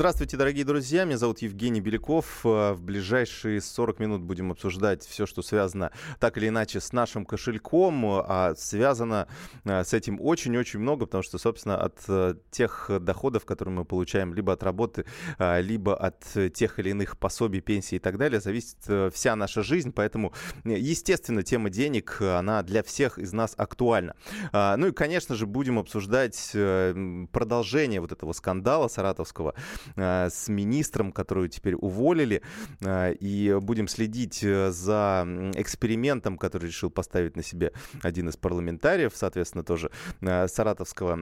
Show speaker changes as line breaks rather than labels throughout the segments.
Здравствуйте, дорогие друзья. Меня зовут Евгений Беляков. В ближайшие 40 минут будем обсуждать все, что связано так или иначе с нашим кошельком. А связано с этим очень-очень много, потому что, собственно, от тех доходов, которые мы получаем либо от работы, либо от тех или иных пособий, пенсий и так далее, зависит вся наша жизнь. Поэтому, естественно, тема денег, она для всех из нас актуальна. Ну и, конечно же, будем обсуждать продолжение вот этого скандала саратовского с министром, которую теперь уволили, и будем следить за экспериментом, который решил поставить на себе один из парламентариев, соответственно, тоже саратовского,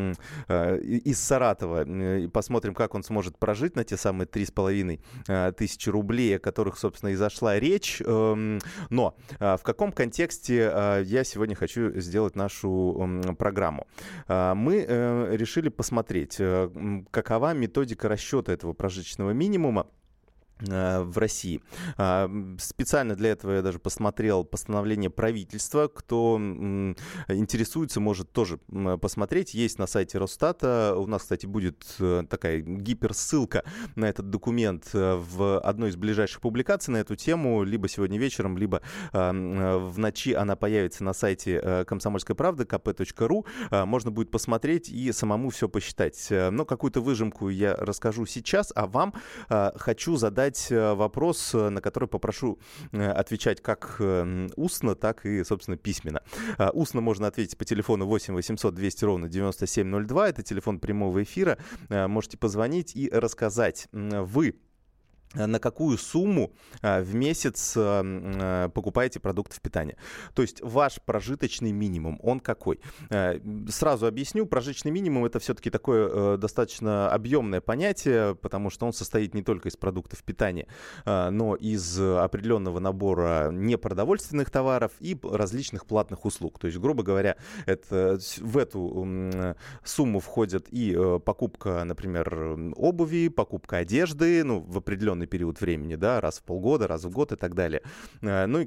из Саратова, и посмотрим, как он сможет прожить на те самые 3,5 тысячи рублей, о которых, собственно, и зашла речь. Но в каком контексте я сегодня хочу сделать нашу программу? Мы решили посмотреть, какова методика расчета этого прожиточного минимума в России. Специально для этого я даже посмотрел постановление правительства. Кто интересуется, может тоже посмотреть. Есть на сайте Росстата. У нас, кстати, будет такая гиперссылка на этот документ в одной из ближайших публикаций на эту тему. Либо сегодня вечером, либо в ночи она появится на сайте «Комсомольской правды» kp.ru. Можно будет посмотреть и самому все посчитать. Но какую-то выжимку я расскажу сейчас, а вам хочу задать вопрос, на который попрошу отвечать как устно, так и, собственно, письменно. Устно можно ответить по телефону 8 800 200 ровно 9702. Это телефон прямого эфира. Можете позвонить и рассказать, вы на какую сумму в месяц покупаете продуктов питания. То есть ваш прожиточный минимум, он какой? Сразу объясню, прожиточный минимум — это все-таки такое достаточно объемное понятие, потому что он состоит не только из продуктов питания, но из определенного набора непродовольственных товаров и различных платных услуг. То есть, грубо говоря, в эту сумму входит и покупка, например, обуви, покупка одежды, в определенный период времени, да, раз в полгода, раз в год и так далее. Ну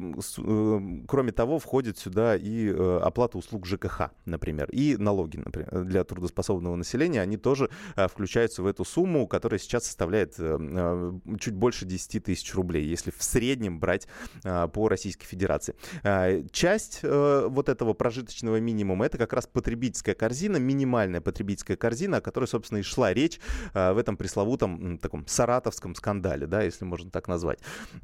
и, кроме того, входит сюда и оплата услуг ЖКХ, например, и налоги, например, для трудоспособного населения, они тоже включаются в эту сумму, которая сейчас составляет чуть больше 10 тысяч рублей, если в среднем брать по Российской Федерации. Часть вот этого прожиточного минимума — это как раз потребительская корзина, минимальная потребительская корзина, о которой, собственно, и шла речь в этом пресловутом таком саратовском скандале, да, если можно так назвать.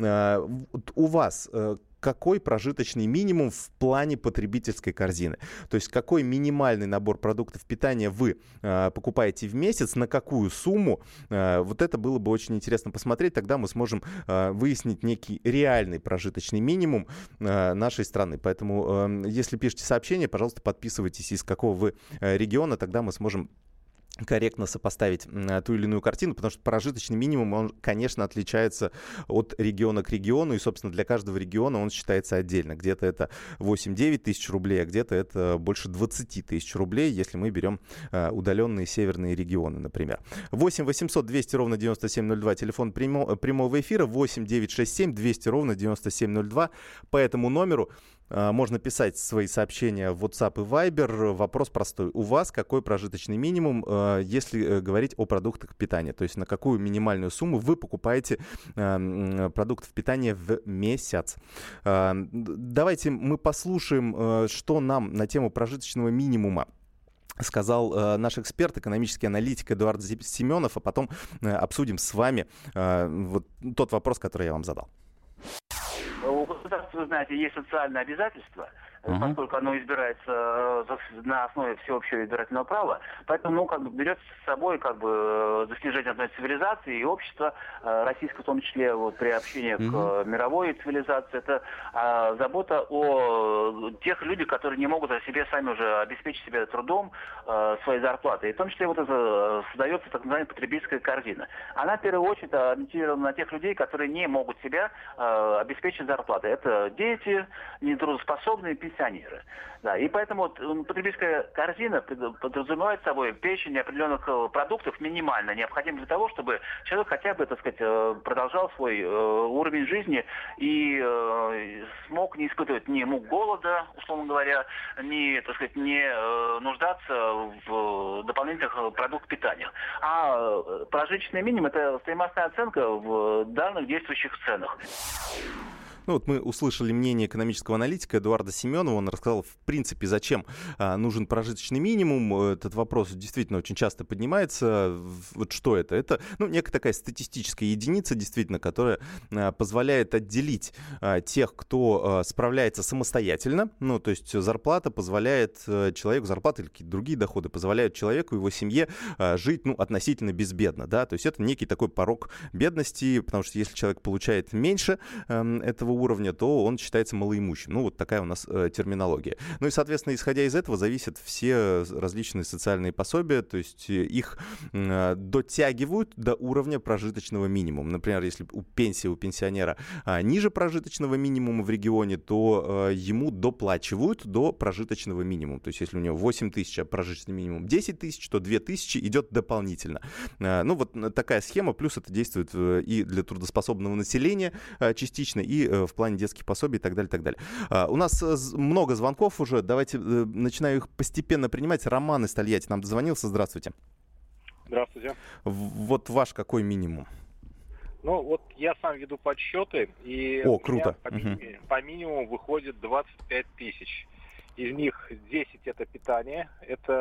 У вас какой прожиточный минимум в плане потребительской корзины? То есть какой минимальный набор продуктов питания вы покупаете в месяц, на какую сумму? Вот это было бы очень интересно посмотреть. Тогда мы сможем выяснить некий реальный прожиточный минимум нашей страны. Поэтому, если пишете сообщение, пожалуйста, подписывайтесь, из какого вы региона, тогда мы сможем корректно сопоставить ту или иную картину, потому что прожиточный минимум, он, конечно, отличается от региона к региону, и, собственно, для каждого региона он считается отдельно. Где-то это 8-9 тысяч рублей, а где-то это больше 20 тысяч рублей, если мы берем удаленные северные регионы, например. 8 800 200 ровно 9702, телефон прямого эфира, 8 967 200 ровно 9702. По этому номеру можно писать свои сообщения в WhatsApp и Viber. Вопрос простой. У вас какой прожиточный минимум, если говорить о продуктах питания? То есть на какую минимальную сумму вы покупаете продуктов питания в месяц? Давайте мы послушаем, что нам на тему прожиточного минимума сказал наш эксперт, экономический аналитик Эдуард Семенов, а потом обсудим с вами вот тот вопрос, который я вам задал.
У государства, вы знаете, есть социальное обязательство, поскольку оно избирается на основе всеобщего избирательного права, поэтому, берет с собой, достижение одной цивилизации и общества, российского в том числе, при общении к мировой цивилизации, это забота о тех людях, которые не могут о себе сами уже обеспечить себя трудом своей зарплаты. И в том числе создается так называемая потребительская корзина. Она, в первую очередь, ориентирована на тех людей, которые не могут себя обеспечить зарплатой. Это дети, нетрудоспособные, пенсионеры. Да, и поэтому потребительская корзина подразумевает собой перечень определенных продуктов минимально необходимых для того, чтобы человек хотя бы, так сказать, продолжал свой уровень жизни и смог не испытывать ни мук голода, условно говоря, ни, так сказать, не нуждаться в дополнительных продуктах питания. А прожиточный минимум – это стоимостная оценка в данных действующих ценах.
Ну вот мы услышали мнение экономического аналитика Эдуарда Семенова. Он рассказал, в принципе, зачем нужен прожиточный минимум. Этот вопрос действительно очень часто поднимается. Вот что это? Это некая такая статистическая единица, действительно, которая позволяет отделить тех, кто справляется самостоятельно. Ну, то есть зарплата позволяет человеку, зарплата или какие-то другие доходы позволяют человеку, его семье жить относительно безбедно. Да? То есть это некий такой порог бедности, потому что если человек получает меньше этого уровня, то он считается малоимущим. Ну, вот такая у нас терминология. Ну и, соответственно, исходя из этого, зависят все различные социальные пособия, то есть их дотягивают до уровня прожиточного минимума. Например, если у пенсионера ниже прожиточного минимума в регионе, то ему доплачивают до прожиточного минимума. То есть если у него 8 тысяч, а прожиточный минимум 10 тысяч, то 2 тысячи идет дополнительно. Ну, вот такая схема, плюс это действует и для трудоспособного населения частично, и в плане детских пособий и так далее, и так далее. У нас много звонков уже. Давайте начинаю их постепенно принимать. Роман из Тольятти нам дозвонился. Здравствуйте.
Здравствуйте.
Вот ваш какой минимум?
Ну, вот я сам веду подсчеты, и
круто.
По минимуму выходит 25 тысяч. Из них 10 это питание,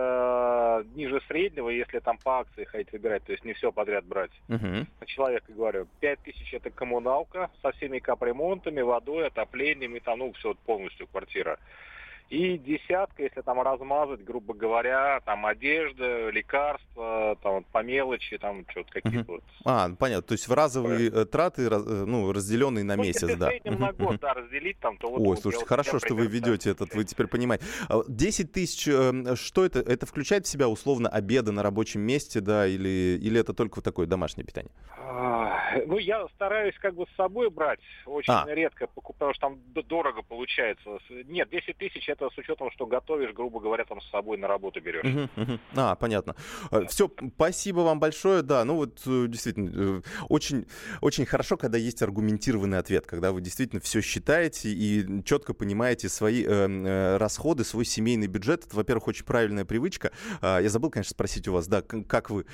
это ниже среднего, если там по акции ходить выбирать, то есть не все подряд брать. Человека говорю, 5 тысяч это коммуналка со всеми капремонтами, водой, отоплением и там, все полностью квартира. И десятка, если там размазать, грубо говоря, там одежда, лекарства, там по мелочи, там что-то какие-то вот.
Понятно. То есть в разовые траты, разделенные на месяц,
если
да.
в среднем на год, разделить там, то вот.
Ой, слушайте, хорошо, что вы ведете этот, вы теперь понимаете. 10 тысяч, что это? Это включает в себя условно обеды на рабочем месте, да, или это только вот такое домашнее питание?
Ну, я стараюсь с собой брать, очень редко покупаю, потому что там дорого получается. Нет, 10 тысяч это с учетом, что готовишь, грубо говоря, там с собой на работу берешь.
Понятно. Все, спасибо вам большое. Да, действительно, очень, очень хорошо, когда есть аргументированный ответ, когда вы действительно все считаете и четко понимаете свои расходы, свой семейный бюджет. Это, во-первых, очень правильная привычка. Я забыл, конечно, спросить у вас, да, как вы,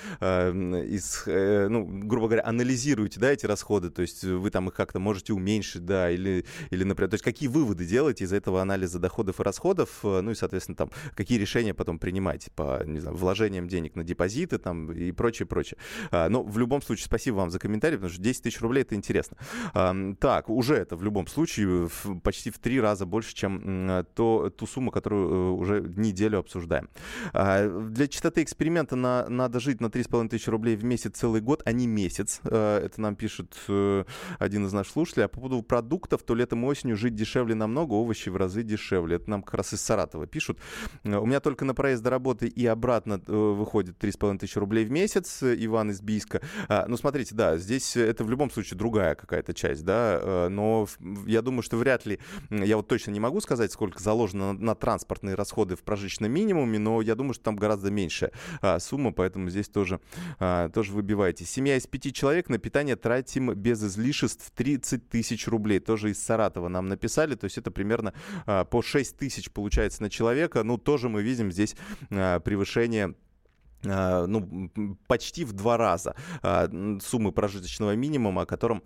грубо говоря, анализируете, да, эти расходы, то есть вы там их как-то можете уменьшить, да, или, например, то есть какие выводы делаете из этого анализа доходов и расходов, ну и, соответственно, там, какие решения потом принимаете по, не знаю, вложениям денег на депозиты там и прочее. Но в любом случае, спасибо вам за комментарий, потому что 10 тысяч рублей это интересно. Так, уже это в любом случае почти в 3 раза больше, чем ту сумму, которую уже неделю обсуждаем. Для чистоты эксперимента надо жить на 3,5 тысячи рублей в месяц целый год, а не месяц. Это нам пишет один из наших слушателей. А по поводу продуктов, то летом и осенью жить дешевле намного, овощи в разы дешевле. Это нам как раз из Саратова пишут. У меня только на проезд до работы и обратно выходит 3,5 тысячи рублей в месяц. Иван из Бийска. Смотрите, да, здесь это в любом случае другая какая-то часть, да, но я думаю, что вряд ли, я вот точно не могу сказать, сколько заложено на транспортные расходы в прожиточном минимуме, но я думаю, что там гораздо меньшая сумма, поэтому здесь тоже выбивайте. Семья из 5 человек, на питание тратим без излишеств 30 тысяч рублей. Тоже из Саратова нам написали, то есть это примерно по 6 тысяч получается на человека. Тоже мы видим здесь превышение почти в 2 раза суммы прожиточного минимума, который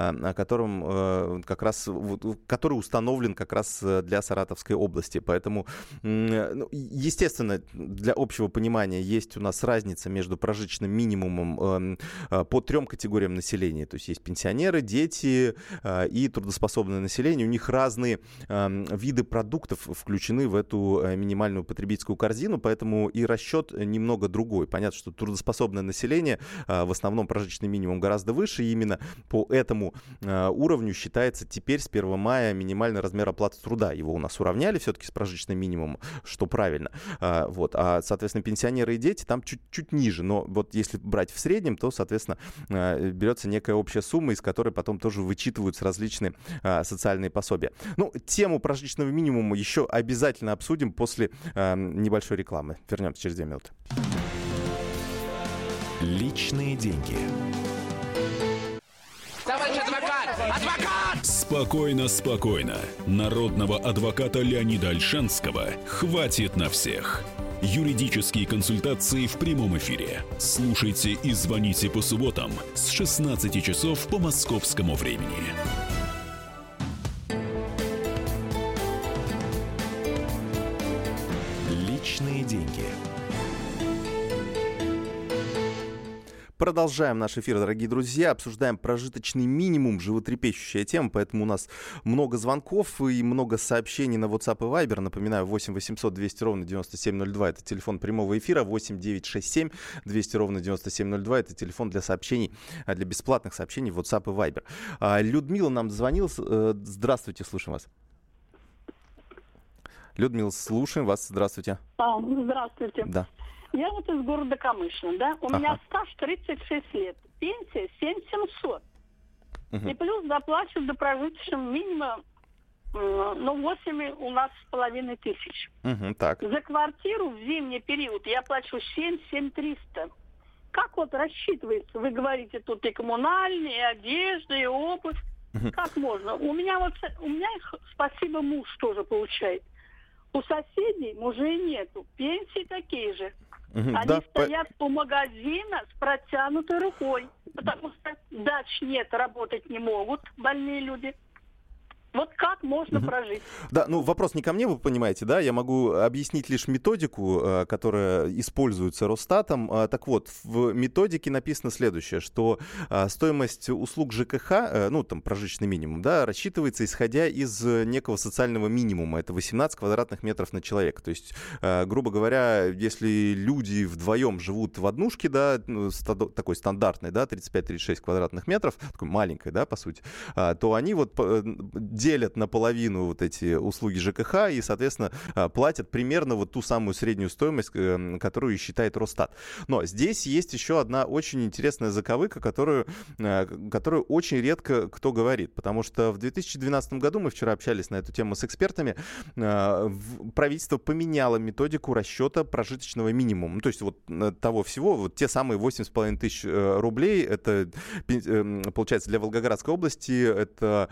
установлен как раз для Саратовской области. Поэтому, естественно, для общего понимания есть у нас разница между прожиточным минимумом по 3 категориям населения. То есть есть пенсионеры, дети и трудоспособное население. У них разные виды продуктов включены в эту минимальную потребительскую корзину, поэтому и расчет немного другой. другой. Понятно, что трудоспособное население, в основном прожиточный минимум гораздо выше, и именно по этому уровню считается теперь с 1 мая минимальный размер оплаты труда. Его у нас уравняли все-таки с прожиточным минимумом, что правильно. Соответственно, пенсионеры и дети там чуть ниже. Но вот если брать в среднем, то, соответственно, берется некая общая сумма, из которой потом тоже вычитываются различные социальные пособия. Ну, тему прожиточного минимума еще обязательно обсудим после небольшой рекламы. Вернемся через 2 минуты.
Личные деньги.
Товарищ адвокат! Адвокат!
Спокойно, спокойно. Народного адвоката Леонида Ольшанского хватит на всех. Юридические консультации в прямом эфире. Слушайте и звоните по субботам с 16 часов по московскому времени.
Личные деньги.
Продолжаем наш эфир, дорогие друзья. Обсуждаем прожиточный минимум, животрепещущая тема, поэтому у нас много звонков и много сообщений на WhatsApp и Viber. Напоминаю, 8 800 200 ровно 9702 — это телефон прямого эфира, 8 967 200 ровно 9702 — это телефон для сообщений, для бесплатных сообщений в WhatsApp и Viber. Людмила нам звонила. Здравствуйте, слушаем вас. Людмила, слушаем вас. Здравствуйте.
Здравствуйте.
Да.
Я вот из города Камышина, да? У меня стаж 36 лет, пенсия 7700. И плюс доплачу до прожиточного минимума, 8 у нас с половиной тысяч.
Так.
За квартиру в зимний период я плачу 7300. Как вот рассчитывается? Вы говорите, тут и коммунальные, и одежда, и обувь. Как можно? У меня, спасибо, муж тоже получает. У соседей мужей нету. Пенсии такие же. Они стоят у магазина с протянутой рукой, потому что дач нет, работать не могут больные люди. Вот как можно прожить?
Да, вопрос не ко мне, вы понимаете, да? Я могу объяснить лишь методику, которая используется Росстатом. Так вот, в методике написано следующее, что стоимость услуг ЖКХ, прожиточный минимум, да, рассчитывается исходя из некого социального минимума. Это 18 квадратных метров на человека. То есть, грубо говоря, если люди вдвоем живут в однушке, да, такой стандартной, да, 35-36 квадратных метров, такой маленькой, да, по сути, то они делят наполовину вот эти услуги ЖКХ и, соответственно, платят примерно вот ту самую среднюю стоимость, которую и считает Росстат. Но здесь есть еще одна очень интересная заковыка, которую очень редко кто говорит, потому что в 2012 году, мы вчера общались на эту тему с экспертами, правительство поменяло методику расчета прожиточного минимума. То есть вот того всего, вот те самые 8,5 тысяч рублей, это, получается, для Волгоградской области это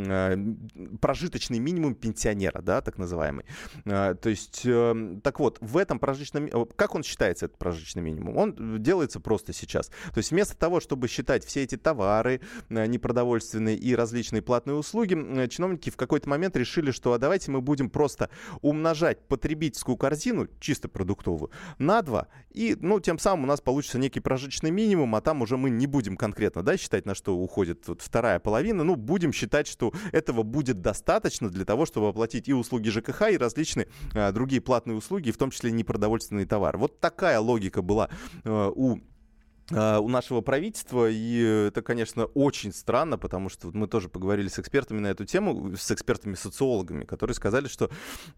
прожиточный минимум пенсионера, да, так называемый. То есть, так вот, в этом прожиточном... Как он считается, этот прожиточный минимум? Он делается просто сейчас. То есть вместо того, чтобы считать все эти товары непродовольственные и различные платные услуги, чиновники в какой-то момент решили, что давайте мы будем просто умножать потребительскую корзину, чисто продуктовую, на 2, и, тем самым у нас получится некий прожиточный минимум, а там уже мы не будем конкретно, да, считать, на что уходит вот вторая половина, будем считать, что этого будет достаточно для того, чтобы оплатить и услуги ЖКХ, и различные другие платные услуги, в том числе непродовольственные товары. Вот такая логика была у нашего правительства, и это, конечно, очень странно, потому что мы тоже поговорили с экспертами на эту тему, с экспертами-социологами, которые сказали, что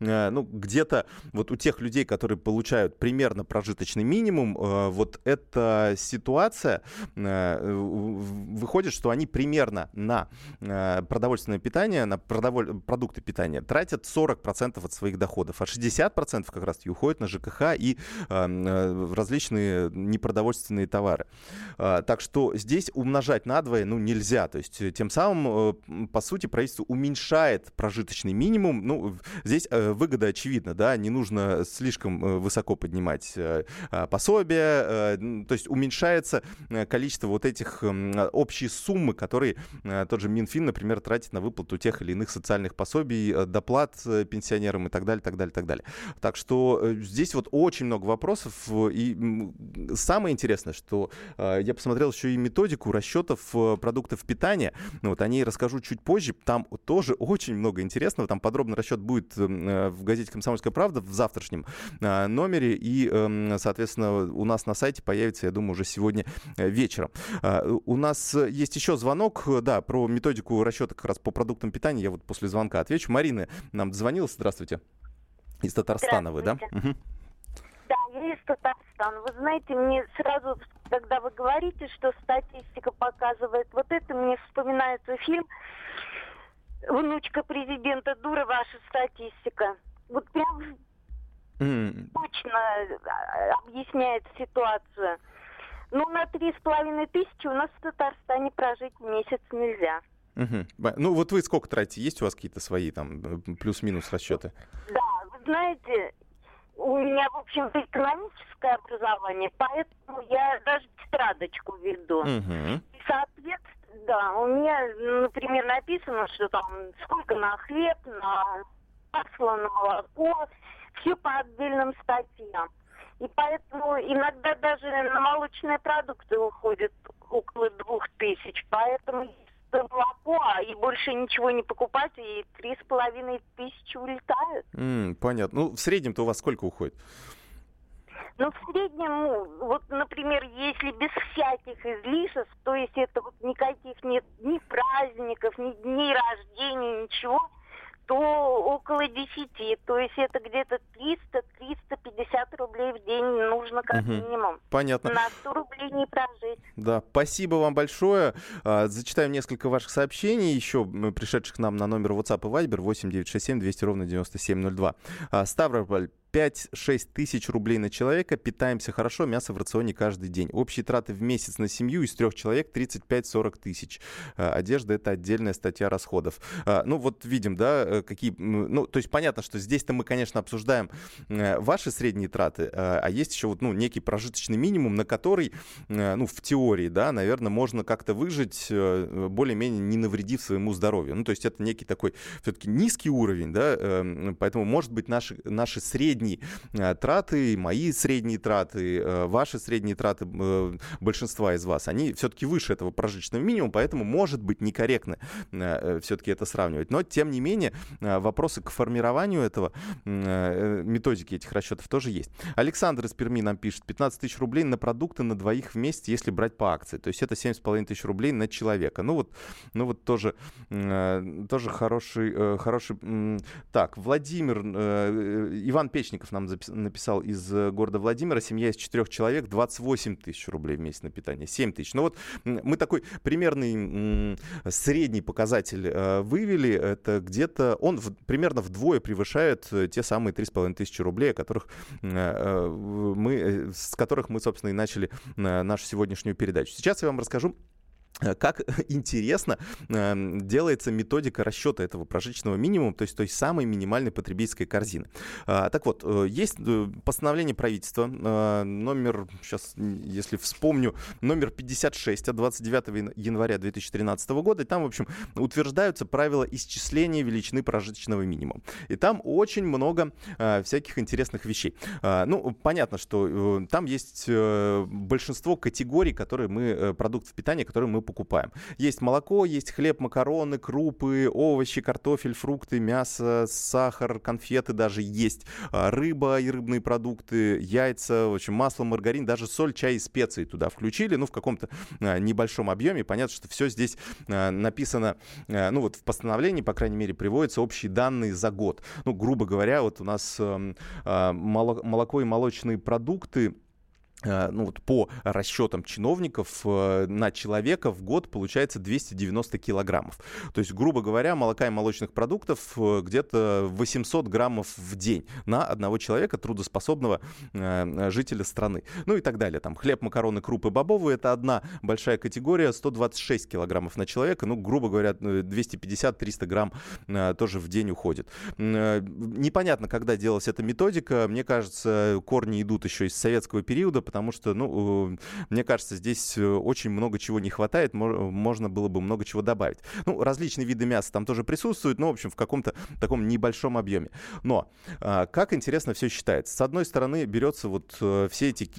где-то вот у тех людей, которые получают примерно прожиточный минимум, вот эта ситуация выходит, что они примерно на продовольственное питание, на продукты питания тратят 40% от своих доходов, а 60% как раз уходит на ЖКХ и различные непродовольственные товары. Так что здесь умножать на 2 нельзя. То есть тем самым, по сути, правительство уменьшает прожиточный минимум. Здесь выгода очевидна, да, не нужно слишком высоко поднимать пособия. То есть уменьшается количество вот этих общей суммы, которые тот же Минфин, например, тратит на выплату тех или иных социальных пособий, доплат пенсионерам и так далее, так далее, так далее. Так что здесь вот очень много вопросов. И самое интересное, что того, я посмотрел еще и методику расчетов продуктов питания. Вот о ней расскажу чуть позже. Там тоже очень много интересного. Там подробный расчет будет в газете «Комсомольская правда» в завтрашнем номере. И, соответственно, у нас на сайте появится, я думаю, уже сегодня вечером. У нас есть еще звонок, да, про методику расчета как раз по продуктам питания. Я вот после звонка отвечу. Марина нам дозвонилась. Здравствуйте. Из Татарстана вы, да? Угу.
Да, я из Татарстана. Вы знаете, мне сразу, когда вы говорите, что статистика показывает вот это, мне вспоминается фильм «Внучка президента дура, ваша статистика». Вот прям точно объясняет ситуацию. Ну, на 3500 у нас в Татарстане прожить в месяц нельзя.
Ну, вот вы сколько тратите? Есть у вас какие-то свои там плюс-минус расчеты?
Да, вы знаете, у меня, в общем-то, экономическое образование, поэтому я даже тетрадочку веду. И, соответственно, да, у меня, например, написано, что там сколько на хлеб, на масло, на молоко, все по отдельным статьям. И поэтому иногда даже на молочные продукты уходит около 2000. Поэтому есть молоко, и больше ничего не покупать, и 3500 улетают.
Понятно. Ну, в среднем-то у вас сколько уходит?
Ну, в среднем, вот, например, если без всяких излишеств, то есть это вот никаких нет ни праздников, ни дней рождения, ничего, то около 10. То есть это где-то 300-350 рублей в день нужно как минимум.
Понятно.
На 100 рублей не прожить.
Да, спасибо вам большое. Зачитаем несколько ваших сообщений, еще пришедших нам на номер WhatsApp и Viber 8-967-200-97-02. Ставрополь. 5-6 тысяч рублей на человека. Питаемся хорошо, мясо в рационе каждый день. Общие траты в месяц на семью из 3 человек 35-40 тысяч. Одежда — это отдельная статья расходов. Ну, вот видим, да, какие... Ну, то есть понятно, что здесь-то мы, конечно, обсуждаем ваши средние траты, а есть еще вот, ну, некий прожиточный минимум, на который, ну, в теории, да, наверное, можно как-то выжить, более-менее не навредив своему здоровью. Ну, то есть это некий такой все-таки низкий уровень, да, поэтому, может быть, наши средние траты, мои средние траты, ваши средние траты большинства из вас, они все-таки выше этого прожиточного минимума, поэтому может быть некорректно все-таки это сравнивать. Но, тем не менее, вопросы к формированию этого, методики этих расчетов тоже есть. Александр из Перми нам пишет: 15 тысяч рублей на продукты на двоих вместе, если брать по акции. То есть это 7,5 тысяч рублей на человека. Ну вот тоже хороший... Так, Владимир, Иван Печников нам написал из города Владимира. Семья из 4 человек, 28 тысяч рублей в месяц на питание, 7 тысяч. Ну вот мы такой примерный средний показатель вывели. Это где-то он примерно вдвое превышает те самые 3500 рублей, с которых мы, собственно, и начали нашу сегодняшнюю передачу. Сейчас я вам расскажу, как интересно делается методика расчета этого прожиточного минимума, то есть той самой минимальной потребительской корзины. Так вот, есть постановление правительства, номер, сейчас, если вспомню, номер 56 от 29 января 2013 года, и там, в общем, утверждаются правила исчисления величины прожиточного минимума. И там очень много всяких интересных вещей. Ну, понятно, что там есть большинство категорий, продуктов питания, которые мы покупаем. Есть молоко, есть хлеб, макароны, крупы, овощи, картофель, фрукты, мясо, сахар, конфеты даже есть, рыба и рыбные продукты, яйца, в общем, масло, маргарин, даже соль, чай и специи туда включили, ну, в каком-то небольшом объеме. Понятно, что все здесь написано, ну, вот в постановлении, по крайней мере, приводятся общие данные за год. Ну, грубо говоря, вот у нас молоко и молочные продукты, ну вот по расчетам чиновников на человека в год получается 290 килограммов. То есть, грубо говоря, молока и молочных продуктов где-то 800 граммов в день на одного человека, трудоспособного жителя страны. Ну и так далее. Там хлеб, макароны, крупы, бобовые — это одна большая категория, 126 килограммов на человека. Ну, грубо говоря, 250-300 грамм тоже в день уходит. Непонятно, когда делалась эта методика. Мне кажется, корни идут еще из советского периода, потому что, мне кажется, здесь очень много чего не хватает, можно было бы много чего добавить. Различные виды мяса там тоже присутствуют, в общем, в каком-то таком небольшом объеме. Но как интересно все считается. С одной стороны, берется все эти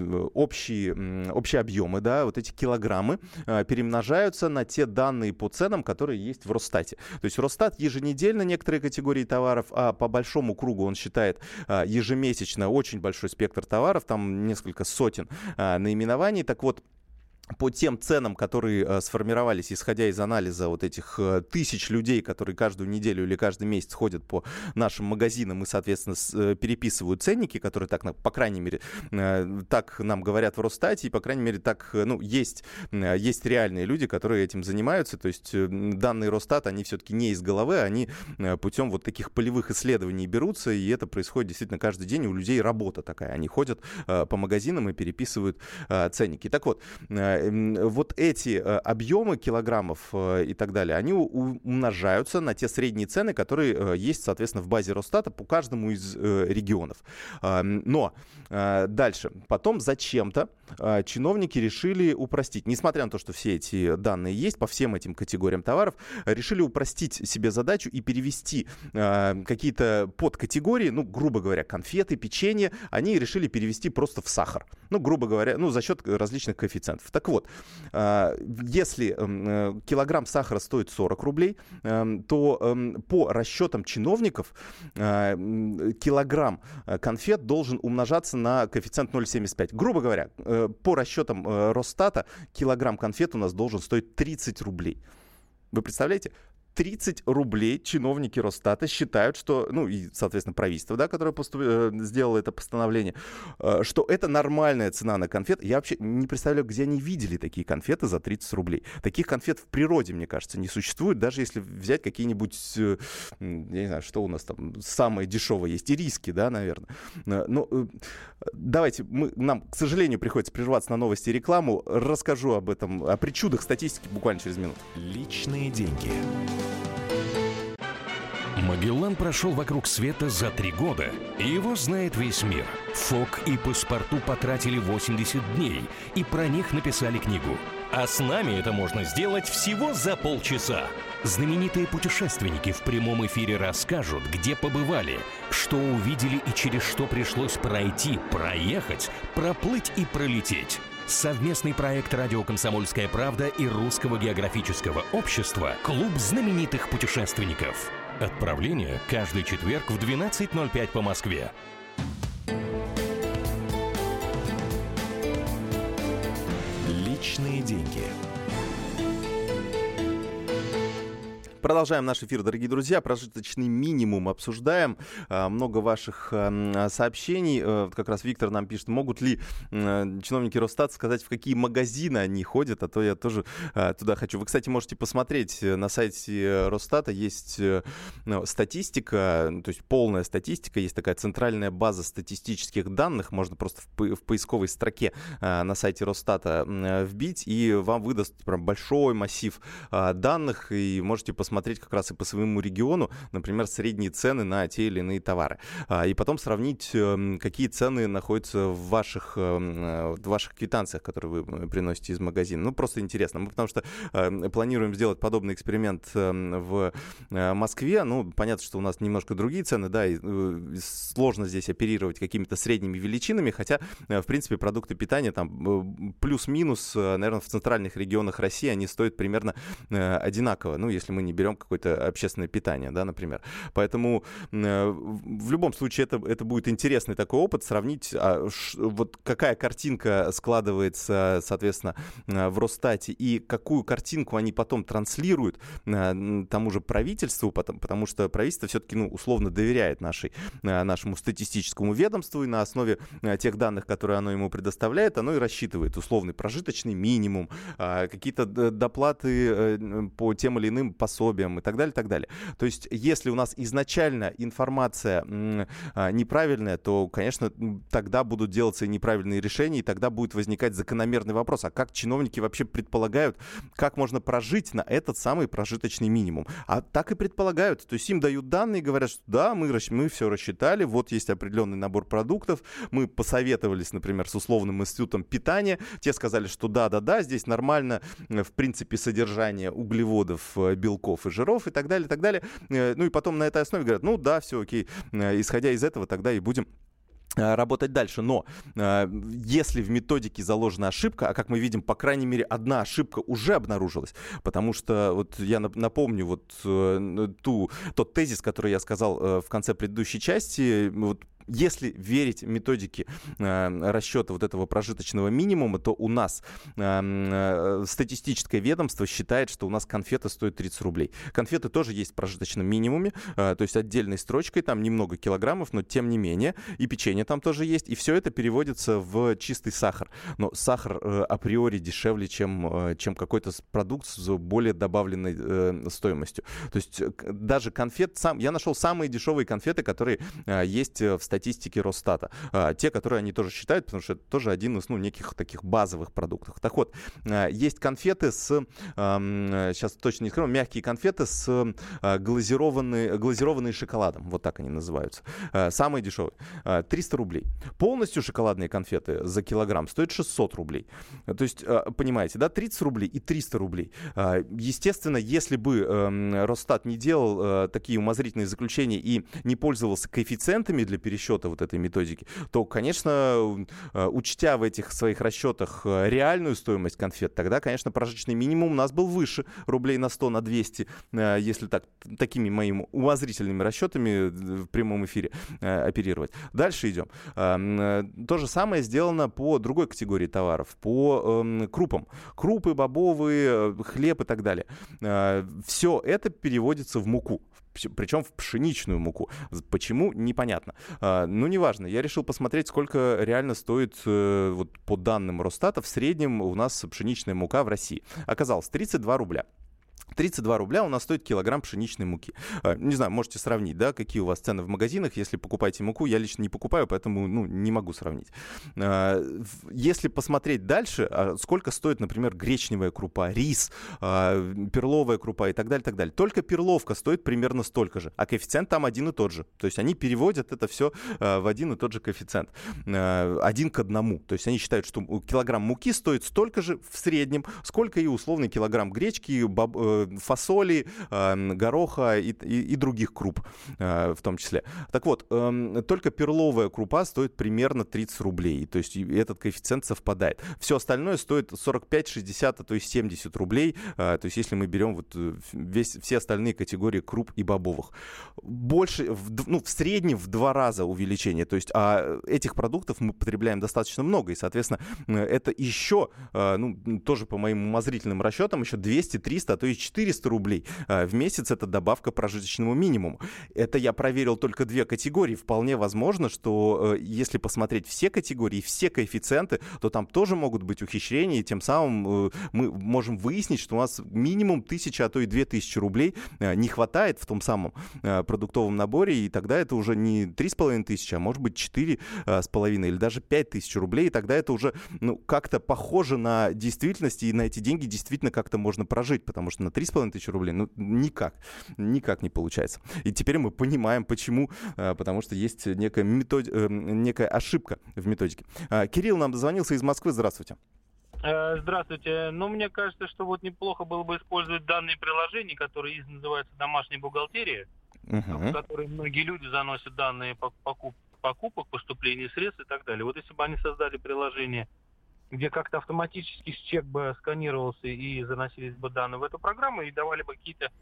общие объемы, да, вот эти килограммы перемножаются на те данные по ценам, которые есть в Росстате. То есть Росстат еженедельно некоторые категории товаров, а по большому кругу он считает ежемесячно очень большой спектр товаров, там несколько сотен наименований. Так вот, по тем ценам, которые сформировались, исходя из анализа вот этих тысяч людей, которые каждую неделю или каждый месяц ходят по нашим магазинам и, соответственно, переписывают ценники, которые так, по крайней мере, так нам говорят в Росстате, и, по крайней мере, так, есть реальные люди, которые этим занимаются. То есть данные Росстата, они все-таки не из головы, они путем вот таких полевых исследований берутся, и это происходит действительно каждый день. У людей работа такая. Они ходят по магазинам и переписывают ценники. Так вот, вот эти объемы килограммов и так далее, они умножаются на те средние цены, которые есть, соответственно, в базе Росстата по каждому из регионов. Но дальше. Потом зачем-то чиновники решили упростить. Несмотря на то, что все эти данные есть по всем этим категориям товаров, решили упростить себе задачу и перевести какие-то подкатегории, грубо говоря, конфеты, печенье, они решили перевести просто в сахар. Грубо говоря, за счет различных коэффициентов. Так вот, если килограмм сахара стоит 40 рублей, то по расчетам чиновников килограмм конфет должен умножаться на коэффициент 0,75. Грубо говоря, по расчетам Росстата килограмм конфет у нас должен стоить 30 рублей. Вы представляете? 30 рублей чиновники Росстата считают, что, и, соответственно, правительство, да, которое сделало это постановление, что это нормальная цена на конфеты. Я вообще не представляю, где они видели такие конфеты за 30 рублей. Таких конфет в природе, мне кажется, не существует, даже если взять какие-нибудь, я не знаю, что у нас там самое дешевое есть, ириски, да, наверное. Но давайте, нам, к сожалению, приходится прерваться на новости и рекламу. Расскажу об этом, о причудах статистики буквально через минуту.
Личные деньги.
Магеллан прошел вокруг света за 3 года, и его знает весь мир. Фок и Паспарту потратили 80 дней, и про них написали книгу. А с нами это можно сделать всего за полчаса. Знаменитые путешественники в прямом эфире расскажут, где побывали, что увидели и через что пришлось пройти, проехать, проплыть и пролететь. Совместный проект «Радио Комсомольская правда» и Русского географического общества «Клуб знаменитых путешественников». Отправление каждый четверг в 12:05 по Москве.
Личные деньги.
Продолжаем наш эфир, дорогие друзья. Прожиточный минимум обсуждаем. Много ваших сообщений. Как раз Виктор нам пишет, могут ли чиновники Росстата сказать, в какие магазины они ходят, а то я тоже туда хочу. Вы, кстати, можете посмотреть на сайте Росстата. Есть статистика, то есть полная статистика. Есть такая центральная база статистических данных. Можно просто в поисковой строке на сайте Росстата вбить, и вам выдаст прям большой массив данных, и можете посмотреть как раз и по своему региону, например, средние цены на те или иные товары. И потом сравнить, какие цены находятся в ваших квитанциях, которые вы приносите из магазина. Просто интересно. Мы потому что планируем сделать подобный эксперимент в Москве. Понятно, что у нас немножко другие цены, да, и сложно здесь оперировать какими-то средними величинами, хотя, в принципе, продукты питания там плюс-минус, наверное, в центральных регионах России они стоят примерно одинаково, если мы не берем какое-то общественное питание, да, например. Поэтому в любом случае это будет интересный такой опыт, сравнить, вот какая картинка складывается, соответственно, в Росстате, и какую картинку они потом транслируют тому же правительству, потому что правительство все-таки, условно доверяет нашему статистическому ведомству, и на основе тех данных, которые оно ему предоставляет, оно и рассчитывает условный прожиточный минимум, какие-то доплаты по тем или иным пособиям, пособиям и так далее, так далее. То есть, если у нас изначально информация неправильная, то, конечно, тогда будут делаться и неправильные решения, и тогда будет возникать закономерный вопрос, а как чиновники вообще предполагают, как можно прожить на этот самый прожиточный минимум? А так и предполагают. То есть им дают данные, говорят, что да, мы все рассчитали, вот есть определенный набор продуктов, мы посоветовались, например, с условным институтом питания, те сказали, что да, здесь нормально, в принципе, содержание углеводов, белков и жиров и так далее, так далее. Ну и потом на этой основе говорят, ну да, все окей, исходя из этого тогда и будем работать дальше. Но если в методике заложена ошибка, а как мы видим, по крайней мере, одна ошибка уже обнаружилась, потому что вот я напомню вот тот тезис, который я сказал в конце предыдущей части, вот, если верить методике расчета вот этого прожиточного минимума, то у нас статистическое ведомство считает, что у нас конфеты стоят 30 рублей. Конфеты тоже есть в прожиточном минимуме, то есть отдельной строчкой, там немного килограммов, но тем не менее. И печенье там тоже есть, и все это переводится в чистый сахар. Но сахар априори дешевле, чем какой-то продукт с более добавленной стоимостью. То есть даже конфет, я нашел самые дешевые конфеты, которые есть в статистике Росстата. Те, которые они тоже считают, потому что это тоже один из неких таких базовых продуктов. Так вот, есть конфеты сейчас точно не скажу, мягкие конфеты с глазированные шоколадом. Вот так они называются. Самые дешевые. 300 рублей. Полностью шоколадные конфеты за килограмм стоят 600 рублей. То есть, понимаете, да, 30 рублей и 300 рублей. Естественно, если бы Росстат не делал такие умозрительные заключения и не пользовался коэффициентами для пересчета вот этой методики, то, конечно, учтя в этих своих расчетах реальную стоимость конфет, тогда, конечно, прожиточный минимум у нас был выше рублей на 100, на 200, если такими моими умозрительными расчетами в прямом эфире оперировать. Дальше идем. То же самое сделано по другой категории товаров, по крупам. Крупы, бобовые, хлеб и так далее. Все это переводится в муку. Причем в пшеничную муку. Почему? Непонятно. Ну, неважно. Я решил посмотреть, сколько реально стоит, вот по данным Росстата, в среднем у нас пшеничная мука в России. Оказалось, 32 рубля. 32 рубля у нас стоит килограмм пшеничной муки. Не знаю, можете сравнить, да, какие у вас цены в магазинах. Если покупаете муку, я лично не покупаю, поэтому не могу сравнить. Если посмотреть дальше, сколько стоит, например, гречневая крупа, рис, перловая крупа и так далее, так далее. Только перловка стоит примерно столько же, а коэффициент там один и тот же. То есть они переводят это все в один и тот же коэффициент. 1 к 1. То есть они считают, что килограмм муки стоит столько же в среднем, сколько и условный килограмм гречки, фасоли, гороха и других круп в том числе. Так вот, только перловая крупа стоит примерно 30 рублей. То есть этот коэффициент совпадает. Все остальное стоит 45, 60, а то есть 70 рублей. То есть если мы берем вот все остальные категории круп и бобовых. Больше, в среднем в 2 раза увеличение. То есть этих продуктов мы потребляем достаточно много. И, соответственно, это еще, тоже по моим умозрительным расчетам, еще 200, 300, а то и 400 рублей в месяц — это добавка к прожиточному минимуму. Это я проверил только 2 категории. Вполне возможно, что если посмотреть все категории, все коэффициенты, то там тоже могут быть ухищрения, и тем самым мы можем выяснить, что у нас минимум 1000, а то и 2000 рублей не хватает в том самом продуктовом наборе, и тогда это уже не 3500, а может быть 4,5 или даже 5000 рублей, и тогда это уже как-то похоже на действительность, и на эти деньги действительно как-то можно прожить, потому что на 3500 рублей никак не получается. И теперь мы понимаем, почему, потому что есть некая ошибка в методике. Кирилл нам дозвонился из Москвы. Здравствуйте.
Здравствуйте. Мне кажется, что вот неплохо было бы использовать данные приложения, которые называются «Домашняя бухгалтерия», в которые многие люди заносят данные покупок, поступления средств и так далее. Вот если бы они создали приложение, где как-то автоматически чек бы сканировался и заносились бы данные в эту программу и давали бы какие-то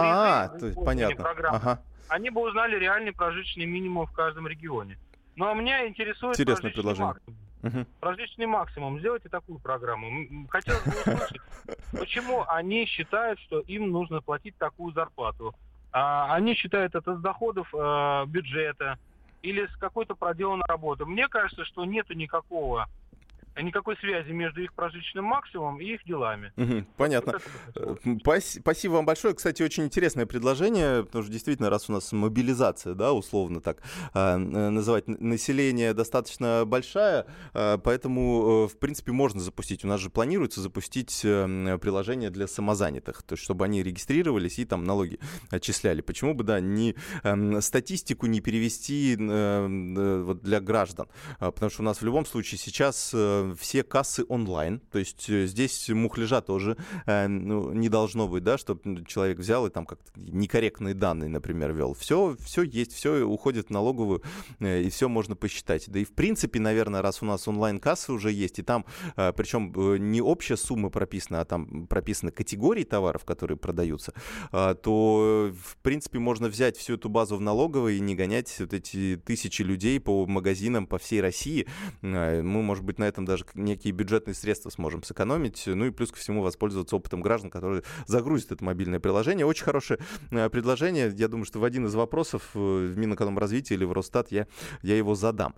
понятно.
Программы, они бы узнали реальный прожиточный минимум в каждом регионе. Ну а меня интересует прожиточный максимум. Прожиточный максимум. Сделайте такую программу. Хотелось бы услышать, почему они считают, что им нужно платить такую зарплату. Они считают это с доходов бюджета или с какой-то проделанной работы. Мне кажется, что нету никакого никакой связи между их прожиточным максимумом и их делами.
Понятно. Спасибо вам большое. Кстати, очень интересное предложение, потому что действительно, раз у нас мобилизация, да, условно так называть, население достаточно большая, поэтому, в принципе, можно запустить. У нас же планируется запустить приложение для самозанятых, то есть чтобы они регистрировались и там налоги отчисляли. Почему бы, да, не статистику не перевести вот для граждан? Потому что у нас в любом случае сейчас все кассы онлайн, то есть здесь мухляжа тоже не должно быть, да, чтобы человек взял и там как-то некорректные данные, например, вел. Все есть, все уходит в налоговую, и все можно посчитать. Да и в принципе, наверное, раз у нас онлайн-кассы уже есть, и там, причем не общая сумма прописана, а там прописаны категории товаров, которые продаются, то, в принципе, можно взять всю эту базу в налоговой и не гонять вот эти тысячи людей по магазинам по всей России. Мы, может быть, на этом даже некие бюджетные средства сможем сэкономить, ну и плюс ко всему воспользоваться опытом граждан, которые загрузят это мобильное приложение. Очень хорошее предложение. Я думаю, что в один из вопросов в Минэкономразвития или в Росстат я его задам.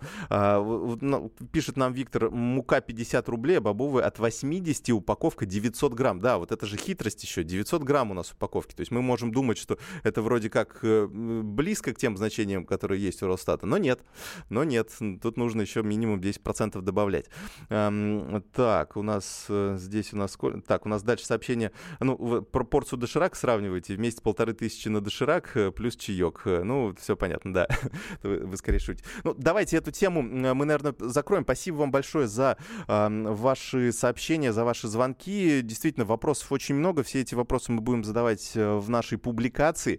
Пишет нам Виктор: мука 50 рублей, а бобовые от 80, упаковка 900 грамм. Да, вот это же хитрость еще. 900 грамм у нас в упаковке. То есть мы можем думать, что это вроде как близко к тем значениям, которые есть у Росстата, но нет. Тут нужно еще минимум 10% добавлять. Так, у нас здесь Так, у нас дальше сообщение. Про порцию доширак сравнивайте. Вместе 1500 на доширак плюс чаек. Все понятно, да. Вы скорее шутите. Давайте эту тему мы, наверное, закроем. Спасибо вам большое за ваши сообщения, за ваши звонки. Действительно, вопросов очень много. Все эти вопросы мы будем задавать в нашей публикации.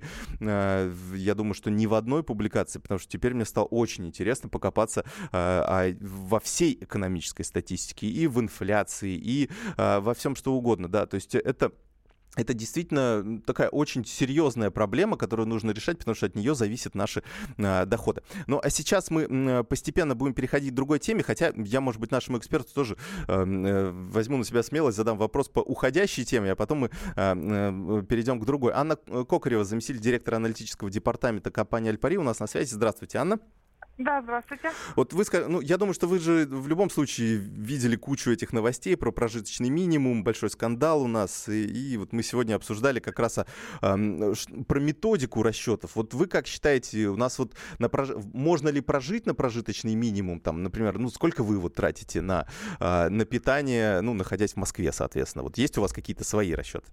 Я думаю, что не в одной публикации, потому что теперь мне стало очень интересно покопаться во всей экономической статистике, и в инфляции, и во всем что угодно. Да, то есть это действительно такая очень серьезная проблема, которую нужно решать, потому что от нее зависят наши доходы. Ну, а сейчас мы постепенно будем переходить к другой теме, хотя я, может быть, нашему эксперту тоже возьму на себя смелость, задам вопрос по уходящей теме, а потом мы перейдем к другой. Анна Кокарева, заместитель директора аналитического департамента компании «Альпари», у нас на связи. Здравствуйте, Анна.
Да, здравствуйте.
Вот вы сказали, я думаю, что вы же в любом случае видели кучу этих новостей про прожиточный минимум, большой скандал у нас, и вот мы сегодня обсуждали как раз про методику расчетов. Вот вы как считаете, у нас вот можно ли прожить на прожиточный минимум, там, например, сколько вы вот тратите на питание, находясь в Москве, соответственно? Вот есть у вас какие-то свои расчеты?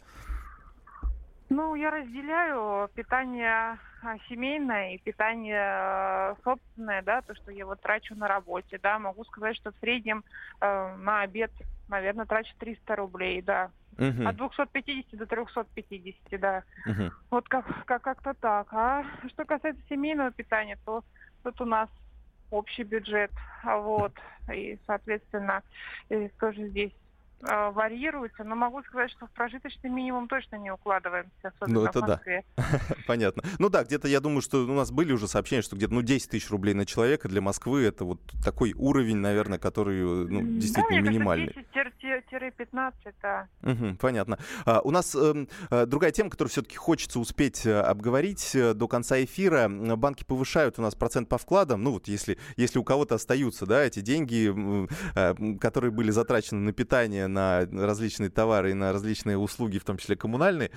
Я разделяю питание семейное и питание собственное, да, то, что я вот трачу на работе, да, могу сказать, что в среднем на обед, наверное, трачу 300 рублей, да. От 250 до 350, да. Вот как-то так. А что касается семейного питания, то тут у нас общий бюджет, вот, и, соответственно, тоже здесь варьируется, но могу сказать, что в прожиточный минимум точно не укладываемся, особенно в Москве.
Да. Понятно. Где-то я думаю, что у нас были уже сообщения, что где-то 10 тысяч рублей на человека для Москвы это вот такой уровень, наверное, который действительно минимальный.
10-15, да.
Понятно. У нас другая тема, которую все-таки хочется успеть обговорить до конца эфира. Банки повышают у нас процент по вкладам. Если у кого-то остаются, да, эти деньги, которые были затрачены на питание, на различные товары и на различные услуги, в том числе коммунальные.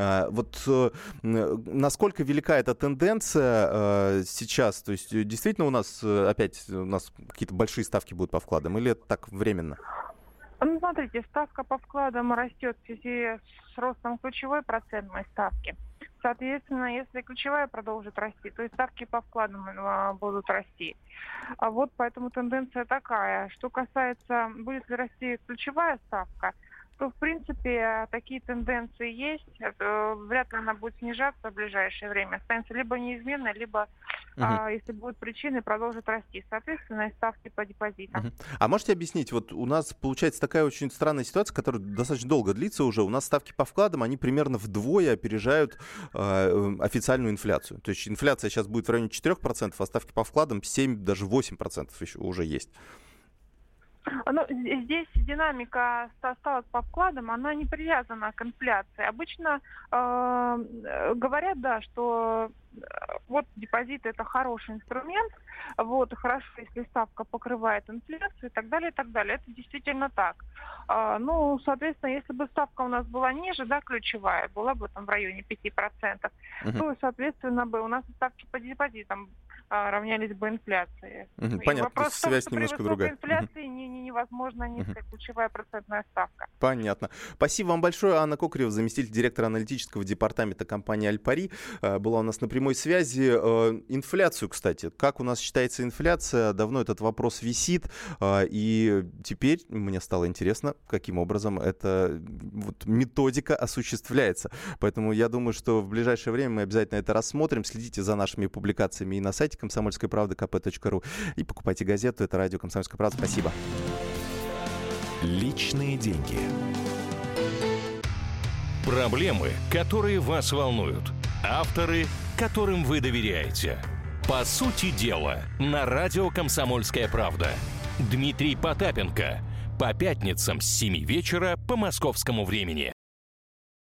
Насколько велика эта тенденция сейчас? То есть действительно у нас какие-то большие ставки будут по вкладам, или это так временно?
Смотрите, ставка по вкладам растет в связи с ростом ключевой процентной ставки. Соответственно, если ключевая продолжит расти, то и ставки по вкладам будут расти. Вот поэтому тенденция такая. Что касается, будет ли расти ключевая ставка, то, в принципе, такие тенденции есть. Вряд ли она будет снижаться в ближайшее время. Останется либо неизменной, либо, если будут причины, продолжит расти. Соответственно, и ставки по депозитам.
А можете объяснить, вот у нас получается такая очень странная ситуация, которая достаточно долго длится уже. У нас ставки по вкладам, они примерно вдвое опережают официальную инфляцию. То есть инфляция сейчас будет в районе 4%, а ставки по вкладам 7%, даже 8% еще уже есть.
Здесь динамика ставок по вкладам, она не привязана к инфляции. Обычно говорят, да, что вот депозит это хороший инструмент, вот, хорошо, если ставка покрывает инфляцию и так далее, и так далее. Это действительно так. Ну, соответственно, если бы ставка у нас была ниже, да, ключевая, была бы там в районе 5%, то, соответственно, бы у нас ставки по депозитам равнялись бы инфляции.
Понятно,
вопрос
связь
в том,
немножко
что при
другая.
инфляции невозможна низкая ключевая процентная ставка.
Понятно. Спасибо вам большое. Анна Кокарева, заместитель директора аналитического департамента компании «Альпари», была у нас на прямой связи. Инфляцию, кстати. Как у нас считается инфляция? Давно этот вопрос висит. И теперь мне стало интересно, каким образом эта вот методика осуществляется. Поэтому я думаю, что в ближайшее время мы обязательно это рассмотрим. Следите за нашими публикациями и на сайте «Комсомольской правды» kp.ru и покупайте газету. Это радио «Комсомольская правда». Спасибо.
Личные деньги.
Проблемы, которые вас волнуют. Авторы, которым вы доверяете. По сути дела, на радио «Комсомольская правда». Дмитрий Потапенко. По пятницам с 7 вечера по московскому времени.